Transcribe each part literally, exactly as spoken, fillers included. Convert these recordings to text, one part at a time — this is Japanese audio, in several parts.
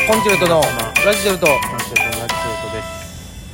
コンチェルトのラジチェルト、 コンチェルトのラジチェルトです。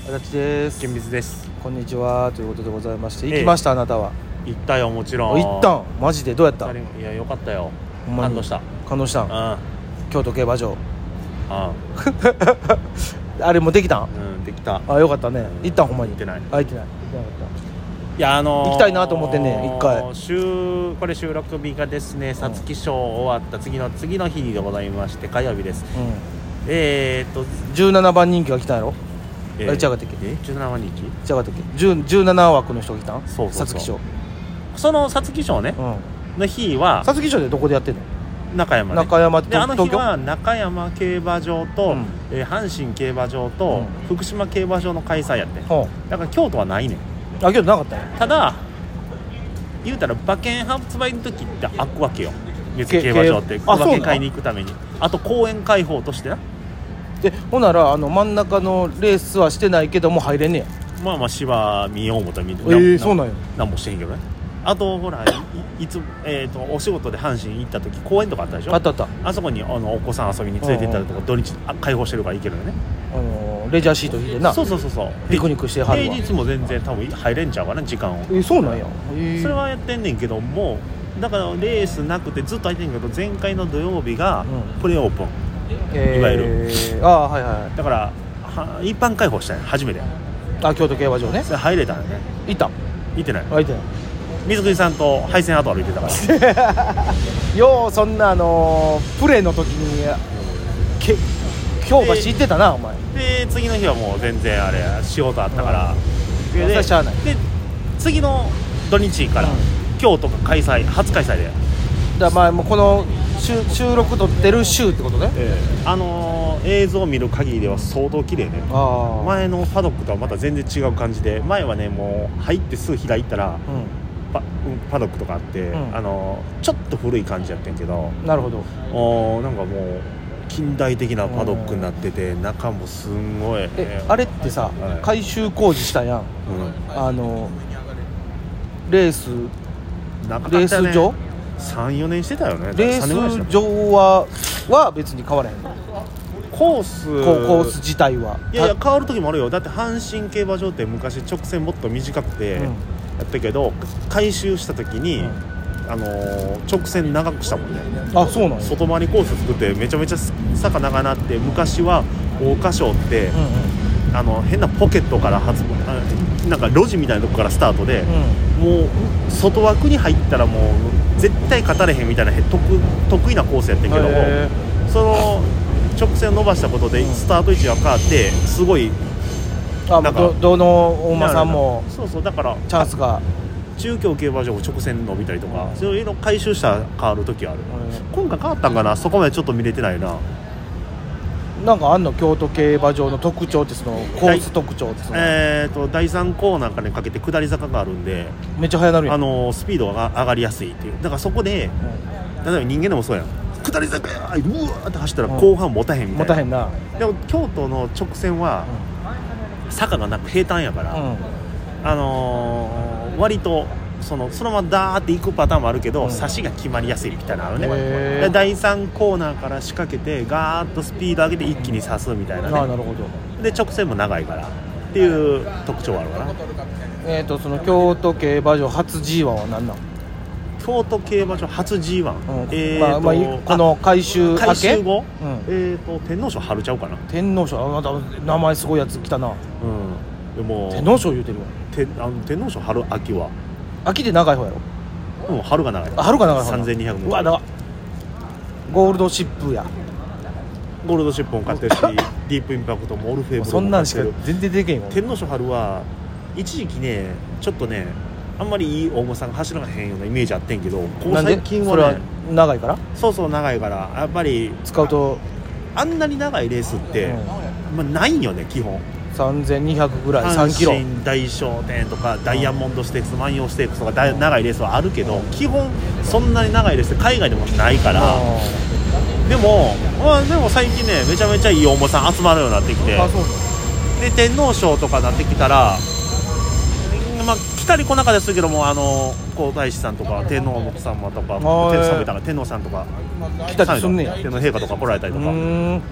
あだちです。 金水です。 こんにちはということでございまして、 ええ行きましたあなたは。 行ったよ、もちろん。 行ったんマジでどうやった？ いや、よかったよ。 ほんまに感動した。 感動したん。 うん京都競馬場。 ああれもできたん？ うんできた。 あよかったね。 うん行ったんほんまに。 行ってないあ行ってない。行ってなかっいやあのー、 行きたいなと思ってんねん一回週これ収録日がですね、皐月賞終わった次の次の日でございまして、火曜日です。 た。うん。 えーっとじゅうななばん人気が来たんやろ？ えあれ違かったっけ？ えじゅうななばん人気？ 違かったっけ？じゅう、じゅうなな枠の人が来たん？ そうそうそう皐月賞。 その皐月賞ね、 うん。 の日は皐月賞でどこでやってんの？ 中山、ね、 中山ってであの日東京？ は中山競馬場と、 うんえー阪神競馬場と、 うん福島競馬場の開催やってん。 ほだから京都はないねん。 う。あけどなかったんや。 ただ言うたら馬券発売の時って開くわけよ、別にけ競馬場ってけあ馬券買いに行くために。あと公園開放としてな、 でほんならあの真ん中のレースはしてないけども入れんねや。 まあまあ芝見よう思ったら見て、 えー、そうなんや。 なんもしてへんけどね。あとほら い, いつ、えー、とお仕事で阪神行った時公園とかあったでしょ。 あったあった。 あそこにあのお子さん遊びに連れて行ったりとか土日あ開放してるから行けるよね。 あのレジャーシート引いてな。 そうそうそうそう、 ピクニックしてはるわ。 平日も全然多分入れんちゃうかな、時間を。 えー、そうなんや。えー、 それはやってんねんけども、だからレースなくてずっと空いてんけど、前回の土曜日がうんプレオープン、 えー、 いわゆるああはいはだからは一般開放したんや初めて。 い。あ京都競馬場ね。 それ入れたんやね。 いた。 行ってない。 あいてない。 水口さんと配線跡歩いてたからようそんなあのー、プレーの時にけ京橋行ってたなお前。 で次の日はもう全然あれ仕事あったから、 それはしゃあない。 で次の土日から、 うん京都が開催初開催で、 だからまあもうこの収収録撮ってる週ってことね。 あのー、映像を見る限りでは相当綺麗ね。 ああ。 前のパドックとはまた全然違う感じで、前はねもう入ってすぐ開いたらうパ, パドックとかあって、 うんあのちょっと古い感じやってんけど、 ん。なるほど。 おなんかもう近代的なパドックになってて、中もすんごい、 えあれってさ、 はい改修工事したやん。 うん、 あのレースなかったね。 レース場さん,よ 年してたよね。 レーさんねんぐらいしてたス場はは別に変わらへんの。 コースココース自体は。 いやいや変わる時もあるよ。だって阪神競馬場って昔直線もっと短くてうんやったけど、改修した時に、 うんあのー直線長くしたもんね。 あそうなんや。 外回りコース作ってめちゃめちゃ坂長なって。昔は桜花賞って、 うんうんあの変なポケットから発あなんか路地みたいなとこからスタートで、もう外枠に入ったらもう絶対勝たれへんみたいな得得意なコースやってんけども、 へその直線を伸ばしたことでスタート位置が変わってすごいうん、あなんかどどの大間さんもそうそう、だからチャンスが。 中京競馬場も直線伸びたりとか、そういうの回収したら変わる時ある。今回変わったんかな、そこまでちょっと見れてないな。 なんかあんの京都競馬場の特徴ってそのコース特徴ってその、 えーとだいさんコーナーからかけて下り坂があるんで、 めっちゃ速なるやん。 あのスピードが上がりやすいっていう。だからそこで例えば人間でもそうやん、下り坂やうわーって走ったら後半持たへんみたいな、 持たへんな。 でも京都の直線は坂がなく平坦やから、 うんあのー、割とそのそのままダーって行くパターンもあるけど、 うん差しが決まりやすいみたいなのあるね。 へーでだいさんコーナーから仕掛けてガーッとスピード上げて一気に刺すみたいなね、 ああなるほど。 で直線も長いからっていう特徴はあるかな。 えーとその京都競馬場初 ジーワン は何なん？ 京都競馬場初 ジーワン、 うんえーと、 まあまあ、この改修改修後、 うんえーと天皇賞春ちゃうかな。 天皇賞あまた名前すごいやつ来たな。 うんでも天皇賞言うてるわ。 てあの天皇賞春秋は秋で長い方やろ。 うん、春が長い。 あ春が長い方さんぜんにひゃくメートル。 うわ長っ。ゴールドシップや。 ゴールドシップも買ってるしディープインパクトもオルフェーブルもそんなんしか買ってる。 全然でけんよ。 天皇賞春は一時期ねちょっとねあんまりいい大間さんが走らへんようなイメージあってんけど、ここなんで最近それははね長いからそうそう長いからやっぱり使うと、 あんなに長いレースって、 うんまあ、ないんよね基本。 さんぜんにひゃくぐらいさんキロ。 阪神大商店とかダイヤモンドステークス万葉ステークスとかだ長いレースはあるけど、基本そんなに長いレースって海外でもないから。でも、まあ、でも最近ねめちゃめちゃいい大間さん集まるようになってきて、 あそうで天皇賞とかなってきたら、まあ、来たり来なかったですけども、あの皇太子さんとか天皇元様とかー天皇さんとか天皇さんとか来たりすんねや。 天皇陛下とか来られたりとか、 うーん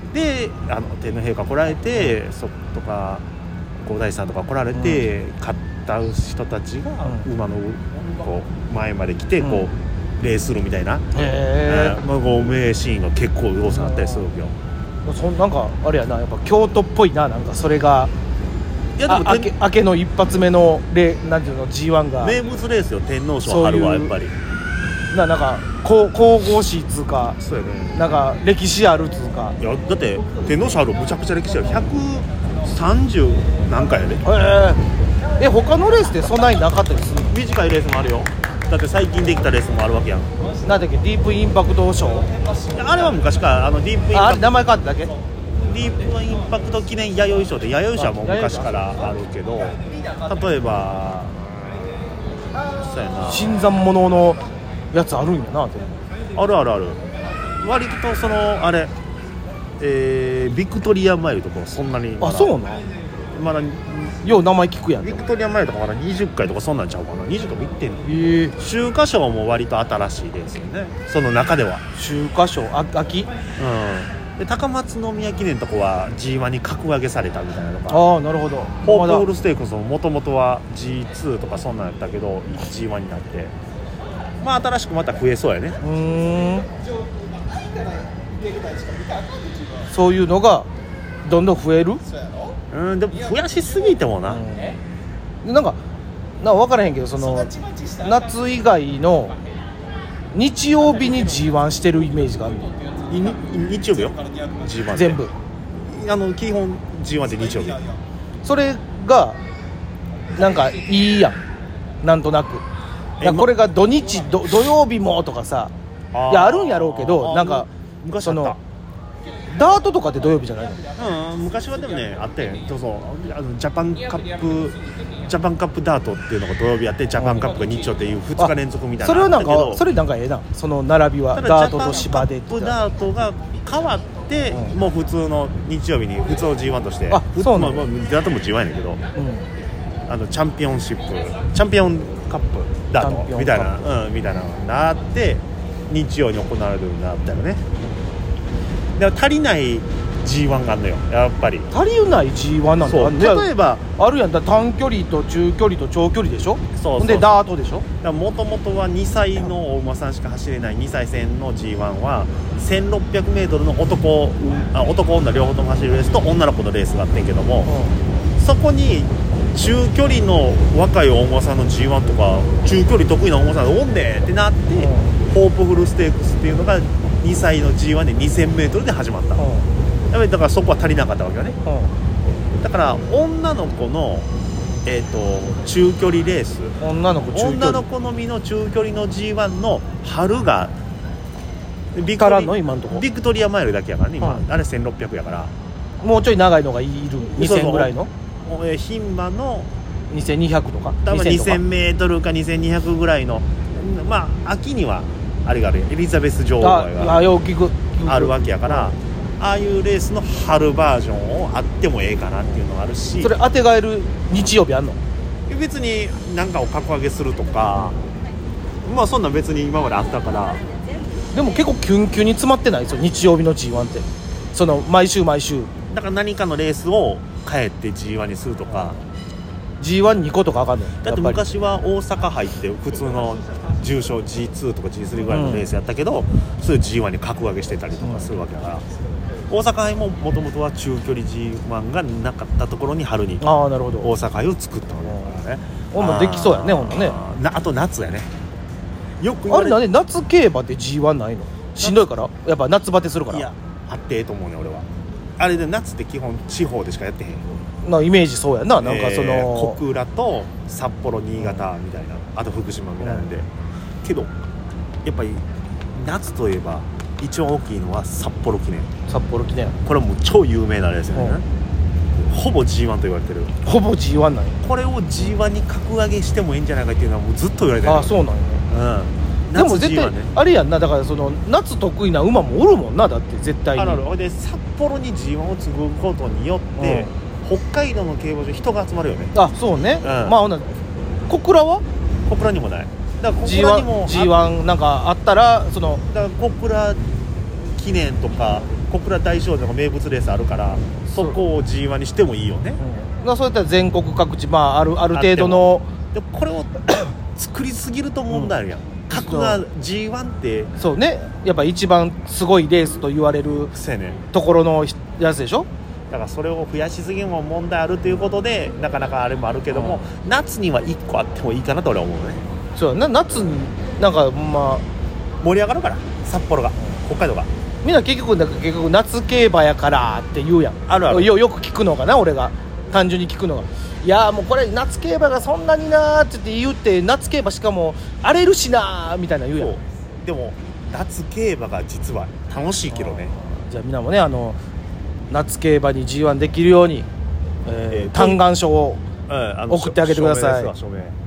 であの天皇陛下来られて、うん、そとか皇太子さんとか来られて、うん、勝った人たちが馬のこう前まで来てこう、うん、レースするみたいな、 へー、 まあ、こう名シーンが結構要素あったりするわけよ。 そなんかあれやな、やっぱ京都っぽいな、なんかそれが。いやでも明け、明けの一発目のレなんていうの ジーワン が名物レースよ、天皇賞春はやっぱりな、なんか神々しいつうか、 そうやね、 なんか歴史あるつうか。 いやだって天皇賞春むちゃくちゃ歴史ある、ひゃくさんじゅう何回やで、ね、 えー、え他のレースってそんなになかったりするの？ 短いレースもあるよ。だって最近できたレースもあるわけやん。 なんだっけ、ディープインパクト賞、 あれは昔からあのディープインパクト、 あれ名前変わっただけ。 ディープインパクト記念弥生賞で、弥生賞はもう昔からあるけど、例えばそうやな、 新参者のやつあるんやな。 あるあるある、割とそのあれ、えー、ビクトリアマイルとかそんなにまだ、 あ、そうな、 まだよう名前聞くやん。 ビクトリアマイルとかまだにじゅっかいとかそんなんちゃうかな、にじゅっかいも行ってんの。 へえ。 秋華賞も割と新しいですよね、その中では。 秋華賞、あ、秋、 うん、で高松宮記念とこは ジーワン に格上げされたみたいなとか。 ああ、なるほど。 ホープフルステークスももともとは ジーツー とかそんなんやったけど ジーワン になって、まあ新しくまた増えそうやね。 うーん、そういうのがどんどん増える。 うん、でも増やしすぎてもな、 うん、なんかなんか分からへんけど、その夏以外の日曜日に ジーワン してるイメージがあるの。 日曜日よ ジーワン全部あの基本 ジーワン って日曜日。 それがなんかいいやん、なんとなく。なんかこれが土日 土, 土曜日もとかさ、いやあるんやろうけど、なんか昔あった。 ダートとかって土曜日じゃないの？うん、昔はでもねあってん、そうそう、あのジャパンカップジャパンカップダートっていうのが土曜日やって、ジャパンカップが日曜っていうふつか連続みたいな。 それはなんかそれなんかええな、その並びは。ダートと芝でジャパンカップダートが変わって、うん、もう普通の日曜日に普通の ジーワン として、 あ、そうなんだ、 まあ、ダートも ジーワン やねんけど、うん、あのチャンピオンシップチャンピオンカップダートみたいな、うん、みたいなのになって日曜に行われるようになったよね。でも足りない ジーワン があるのよ、やっぱり。 足りない ジーワン なんだ。 例えばあるやん、だ短距離と中距離と長距離でしょ。そうそう、でダートでしょ。 もともとはにさいのお馬さんしか走れないにさい戦の ジーワン はせんろっぴゃくメートルの 男, あ男女両方とも走るレースと女の子のレースがあってんけども、うん、そこに中距離の若いお馬さんの ジーワン とか中距離得意なお馬さんがおんでってなって、うん、ホープフルステークスっていうのがにさいの ジーワン で にせんメートルで始まった、うん、やっぱりだからそこは足りなかったわけよね、うん、だから女の子の、えー、と中距離レース、 女の子中距離、 女の子のみの中距離の ジーワン の春がビクトリ、 の今のとこビクトリアマイルだけやからね今、うん、あれせんろっぴゃくやから、 もうちょい長いのがいるにせんぐらいの牝馬のにせんにひゃくとか多分にせんメートルかにせんにひゃくぐらいの、まあ秋にはあれがあるエリザベス女王があるわけやから、ああいうレースの春バージョンをあってもええかなっていうのがあるし、 それ当てがえる日曜日あんの？ 別に何かを格上げするとか、まあそんな別に今まであったから。 でも結構キュンキュンに詰まってないですよ日曜日の ジーワン って。その毎週毎週だから何かのレースを変えて ジーワン にするとか、 ジーワンに 個とかあかんの？ だって昔は大阪杯って普通の重賞 ジーツー とか ジースリー ぐらいのレースやったけど、うん、そういう ジーワン に格上げしてたりとかするわけだから、うん、大阪杯ももともとは中距離 ジーワン がなかったところに春にあ、なるほど、 大阪杯を作ったわけだからね。 ほんまできそうやね、ほんまね。 なあと夏やね。 よく言われあれなんで夏競馬って ジーワン ないの？しんどいから？やっぱ夏バテするから？ いや、あってええと思うね俺は。あれで夏って基本地方でしかやってへんなイメージ。そうやな、なんかその、えー、 小倉と札幌新潟みたいな、あと福島みたいなんで、うん、けどやっぱり夏といえば一番大きいのは札幌記念。 札幌記念これはもう超有名なレースよね、うん、ほぼ ジーワン と言われてる。 ほぼ ジーワン なんや。 これを ジーワン に格上げしてもいいんじゃないかっていうのはもうずっと言われてる。 ああ、そうなんやね。うんでも絶対あれやんな、だからその夏得意な馬もおるもんな、だって絶対に。あるある。で札幌に ジーワン を継ぐことによって、うん、北海道の競馬場人が集まるよね。あ、そうね、うん、まあほな小倉は小倉にもない。だから小倉にも ジーワン なんかあったら、そのだから小倉記念とか小倉大賞の名物レースあるからそこを ジーワン にしてもいいよね、 うん、そういったら全国各地、まあ、ある、ある程度のでもこれを作りすぎると問題あるやん、うん、各が ジーワン ってそうねやっぱ一番すごいレースと言われるところのやつでしょ。 だからそれを増やしすぎも問題あるということでなかなかあれもあるけども、うん、夏にはいっこあってもいいかなと俺は思うね。 そうな夏になんかまあ盛り上がるから札幌が、北海道がみんな結局なんか結局夏競馬やからって言うやん。 あるあるよ, よく聞くのかな俺が単純に聞くのがいやもうこれ夏競馬がそんなになーって言って夏競馬しかも荒れるしなーみたいな言うやん。 でも夏競馬が実は楽しいけどね。 じゃあみんなもねあの夏競馬に ジーワン できるように、えー、嘆願書を送ってあげてください。 署名ですわ署名